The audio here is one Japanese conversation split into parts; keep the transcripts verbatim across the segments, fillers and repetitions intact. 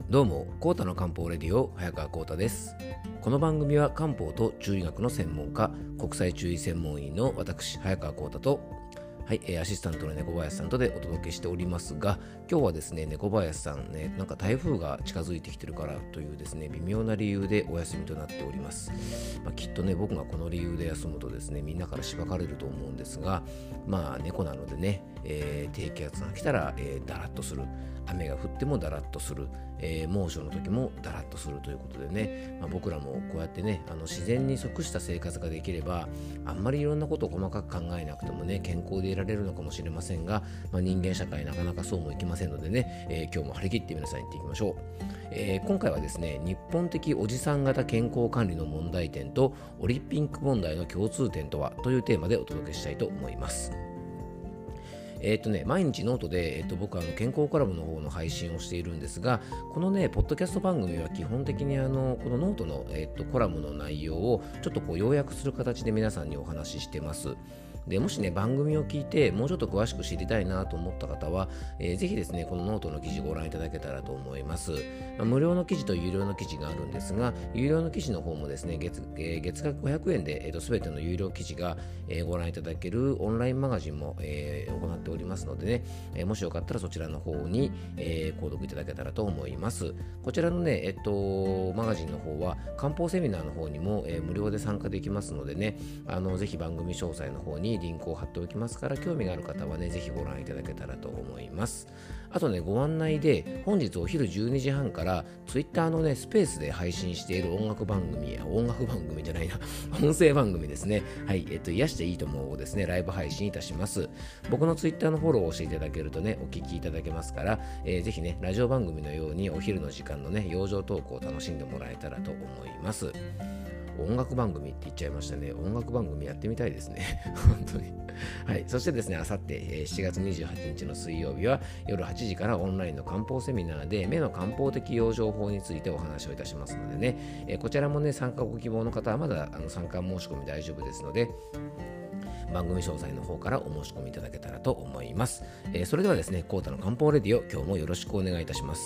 どうも、コータの漢方レディオ早川コータです。この番組は漢方と中医学の専門家、国際中医専門医の私早川コータと、はい、アシスタントの猫林さんとでお届けしておりますが、今日はですね、猫林さんね、なんか台風が近づいてきてるからというですね、微妙な理由でお休みとなっております。まあ、きっとね、僕がこの理由で休むとですね、みんなからしばかれると思うんですが、まあ猫なのでね、えー、低気圧が来たら、えー、だらっとする。雨が降ってもだらっとする、えー、猛暑の時もだらっとするということでね、まあ、僕らもこうやってね、あの自然に即した生活ができれば、あんまりいろんなことを細かく考えなくてもね、健康でいられるのかもしれませんが、まあ、人間社会なかなかそうもいきませんのでね、えー、今日も張り切って皆さん言っていきましょう。えー、今回はですね、日本的おじさん型健康管理の問題点とオリンピック問題の共通点とはというテーマでお届けしたいと思います。えっとね、毎日ノートで、えっと、僕はあの健康コラムの方の配信をしているんですが、このね、ポッドキャスト番組は基本的にあのこのノートの、えっと、コラムの内容をちょっとこう要約する形で皆さんにお話ししてます。でもしね、番組を聞いてもうちょっと詳しく知りたいなと思った方は、えー、ぜひですね、このノートの記事ご覧いただけたらと思います。まあ、無料の記事と有料の記事があるんですが、有料の記事の方もですね、月、えー、月額ごひゃくえんで、えー、と全ての有料記事が、えー、ご覧いただけるオンラインマガジンも、えー、行っておりますのでね、えー、もしよかったらそちらの方に、えー、購読いただけたらと思います。こちらのね、えっと、マガジンの方は漢方セミナーの方にも、えー、無料で参加できますのでね、あのぜひ番組詳細の方にリンクを貼っておきますから、興味がある方はね、ぜひご覧いただけたらと思います。あとね、ご案内で、本日お昼じゅうにじはんからツイッターのね、スペースで配信している音楽番組や、音楽番組じゃないな、音声番組ですね。はい、えっと、癒していいと思うをですね、ライブ配信いたします。僕のツイッターのフォローをしていただけるとね、お聞きいただけますから、えー、ぜひね、ラジオ番組のようにお昼の時間のね、養生トークを楽しんでもらえたらと思います。音楽番組って言っちゃいましたね。音楽番組やってみたいですね。本当に。はい。そしてですね、あさってしちがつにじゅうはちにちの水曜日は夜はちじからオンラインの漢方セミナーで目の漢方的養生法についてお話をいたしますのでね、えー、こちらもね、参加ご希望の方はまだあの参加申し込み大丈夫ですので、番組詳細の方からお申し込みいただけたらと思います。えー、それではですね、コータの漢方レディオ、今日もよろしくお願いいたします。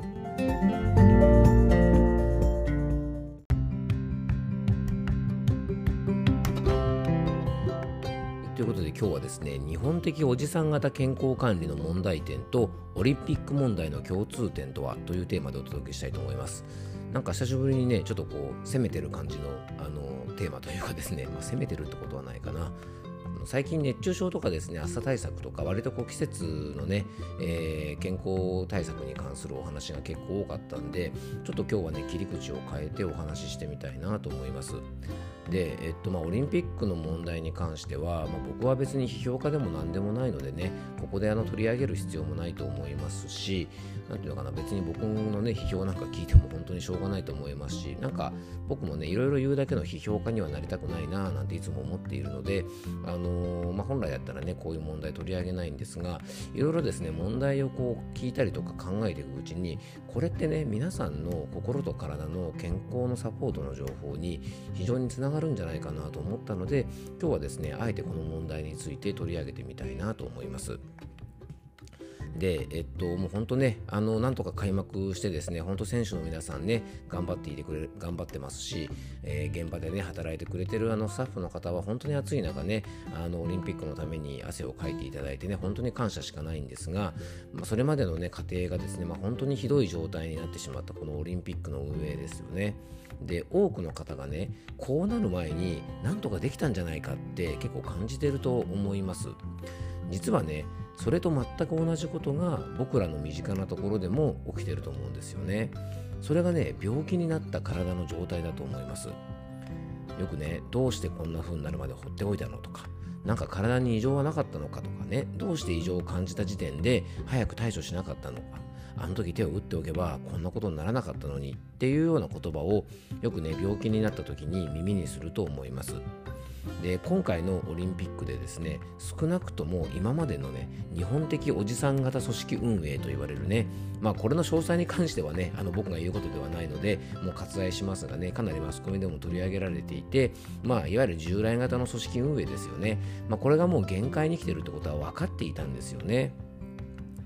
ということで今日はですね、日本的おじさん型健康管理の問題点とオリンピック問題の共通点とはというテーマでお届けしたいと思います。なんか久しぶりにね、ちょっとこう攻めてる感じのあのテーマというかですね、まあ、攻めてるってことはないかな。最近熱中症とかですね、暑さ対策とか割とこう季節のね、えー、健康対策に関するお話が結構多かったんで、ちょっと今日はね、切り口を変えてお話ししてみたいなと思います。で、えっとまあ、オリンピックの問題に関しては、まあ、僕は別に批評家でも何でもないのでね、ここであの取り上げる必要もないと思いますし、なんていうのかな、別に僕のね、批評なんか聞いても本当にしょうがないと思いますし、なんか僕もね、いろいろ言うだけの批評家にはなりたくないななんていつも思っているので、あのーまあ、本来だったらね、こういう問題取り上げないんですが、いろいろですね、問題をこう聞いたりとか考えていくうちに、これってね、皆さんの心と体の健康のサポートの情報に非常につながるんじゃないかなと思ったので、今日はですね、あえてこの問題について取り上げてみたいなと思います。で、えっと、もう本当ね、あの、なんとか開幕してですね、本当選手の皆さんね、頑張っていてくれ、頑張ってますし、えー、現場でね、働いてくれてるあのスタッフの方は本当に暑い中ね、あの、オリンピックのために汗をかいていただいてね、本当に感謝しかないんですが、まあ、それまでのね、過程がですね、まあ、本当にひどい状態になってしまったこのオリンピックの運営ですよね。で、多くの方がね、こうなる前になんとかできたんじゃないかって結構感じてると思います。実はね、それと全く同じことが僕らの身近なところでも起きてると思うんですよね。それがね、病気になった体の状態だと思います。よくね、どうしてこんな風になるまで放っておいたのとか、なんか体に異常はなかったのかとかね、どうして異常を感じた時点で早く対処しなかったのか、あの時手を打っておけばこんなことにならなかったのにっていうような言葉をよくね、病気になった時に耳にすると思います。で、今回のオリンピックでですね、少なくとも今までのね、日本的おじさん型組織運営と言われるね、まあこれの詳細に関してはね、あの僕が言うことではないのでもう割愛しますがね、かなりマスコミでも取り上げられていて、まあいわゆる従来型の組織運営ですよね。まあこれがもう限界に来てるってことは分かっていたんですよね。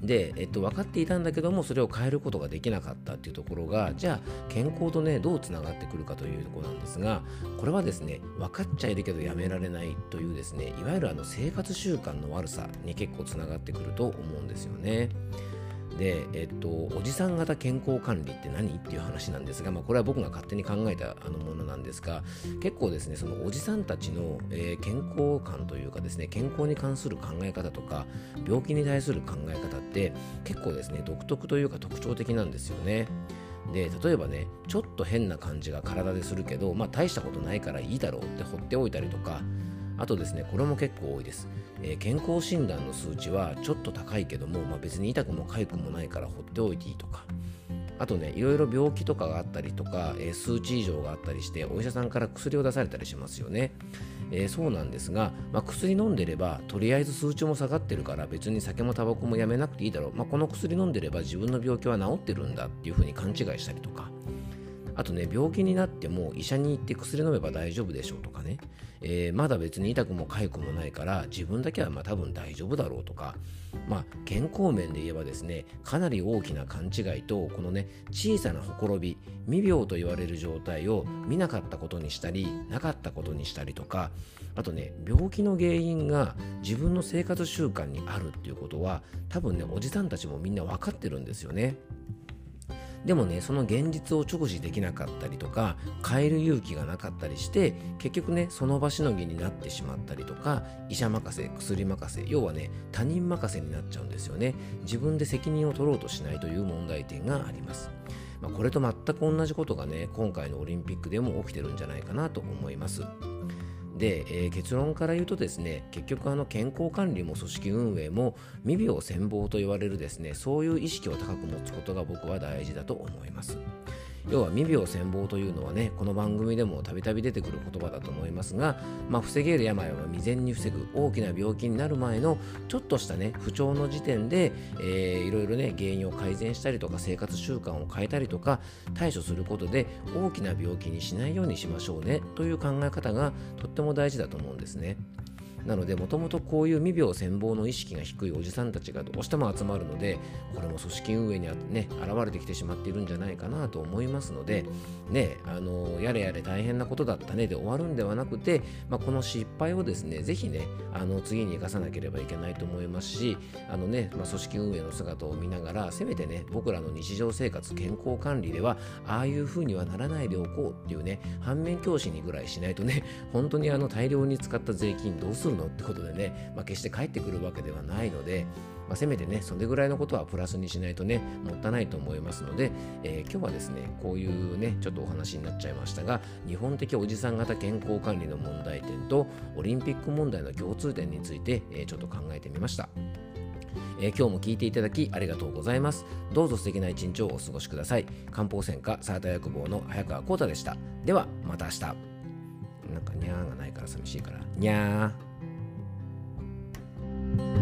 で、えっと、分かっていたんだけどもそれを変えることができなかったっていうところが、じゃあ健康とねどうつながってくるかというところなんですが、これはですね、分かっちゃいるけどやめられないというですね、いわゆるあの生活習慣の悪さに結構つながってくると思うんですよね。で、えっと、おじさん型健康管理って何っていう話なんですが、まあ、これは僕が勝手に考えたあのものなんですが、結構ですね、そのおじさんたちの、えー健康観というかですね、健康に関する考え方とか病気に対する考え方って結構ですね、独特というか特徴的なんですよね。で、例えばね、ちょっと変な感じが体でするけど、まあ大したことないからいいだろうって放っておいたりとか、あとですね、これも結構多いです。えー健康診断の数値はちょっと高いけども、まあ、別に痛くも痒くもないから放っておいていいとか、あとね、いろいろ病気とかがあったりとか、えー数値異常があったりしてお医者さんから薬を出されたりしますよね。えーそうなんですが、まあ、薬飲んでればとりあえず数値も下がってるから別に酒もタバコもやめなくていいだろう、まあ、この薬飲んでれば自分の病気は治ってるんだっていうふうに勘違いしたりとか、あとね、病気になっても医者に行って薬飲めば大丈夫でしょうとかね、えーまだ別に痛くも痒くもないから自分だけはまあ多分大丈夫だろうとか、まあ、健康面で言えばですね、かなり大きな勘違いと、このね、小さなほころび、未病と言われる状態を見なかったことにしたりなかったことにしたりとか、あとね、病気の原因が自分の生活習慣にあるっていうことは多分ね、おじさんたちもみんな分かってるんですよね。でもね、その現実を直視できなかったりとか、変える勇気がなかったりして、結局ね、その場しのぎになってしまったりとか、医者任せ、薬任せ、要はね、他人任せになっちゃうんですよね。自分で責任を取ろうとしないという問題点があります。まあ、これと全く同じことがね、今回のオリンピックでも起きてるんじゃないかなと思います。で、えー結論から言うとですね、結局あの健康管理も組織運営も未病先防と言われるですね、そういう意識を高く持つことが僕は大事だと思います。要は未病先防というのはね、この番組でもたびたび出てくる言葉だと思いますが、まあ、防げる病は未然に防ぐ、大きな病気になる前のちょっとしたね不調の時点で、えーいろいろね原因を改善したりとか、生活習慣を変えたりとか対処することで大きな病気にしないようにしましょうねという考え方がとっても大事だと思うんですね。なので、もともとこういう未病先防の意識が低いおじさんたちがどうしても集まるので、これも組織運営にはね現れてきてしまっているんじゃないかなと思いますのでね、あのやれやれ大変なことだったねで終わるんではなくて、まあ、この失敗をですねぜひねあの次に生かさなければいけないと思いますし、あのね、まあ、組織運営の姿を見ながらせめてね僕らの日常生活健康管理ではああいう風にはならないでおこうっていうね反面教師にぐらいしないとね、本当にあの大量に使った税金どうするのってことでね、まあ、決して返ってくるわけではないので、まあ、せめてねそれぐらいのことはプラスにしないとねもったいないと思いますので、えー今日はですねこういうねちょっとお話になっちゃいましたが、日本的おじさん型健康管理の問題点とオリンピック問題の共通点について、えーちょっと考えてみました。えー今日も聞いていただきありがとうございます。どうぞ素敵な一日をお過ごしください。漢方専科サーター薬房の早川浩太でした。ではまた明日。なんかにゃーがないから寂しいからにゃー。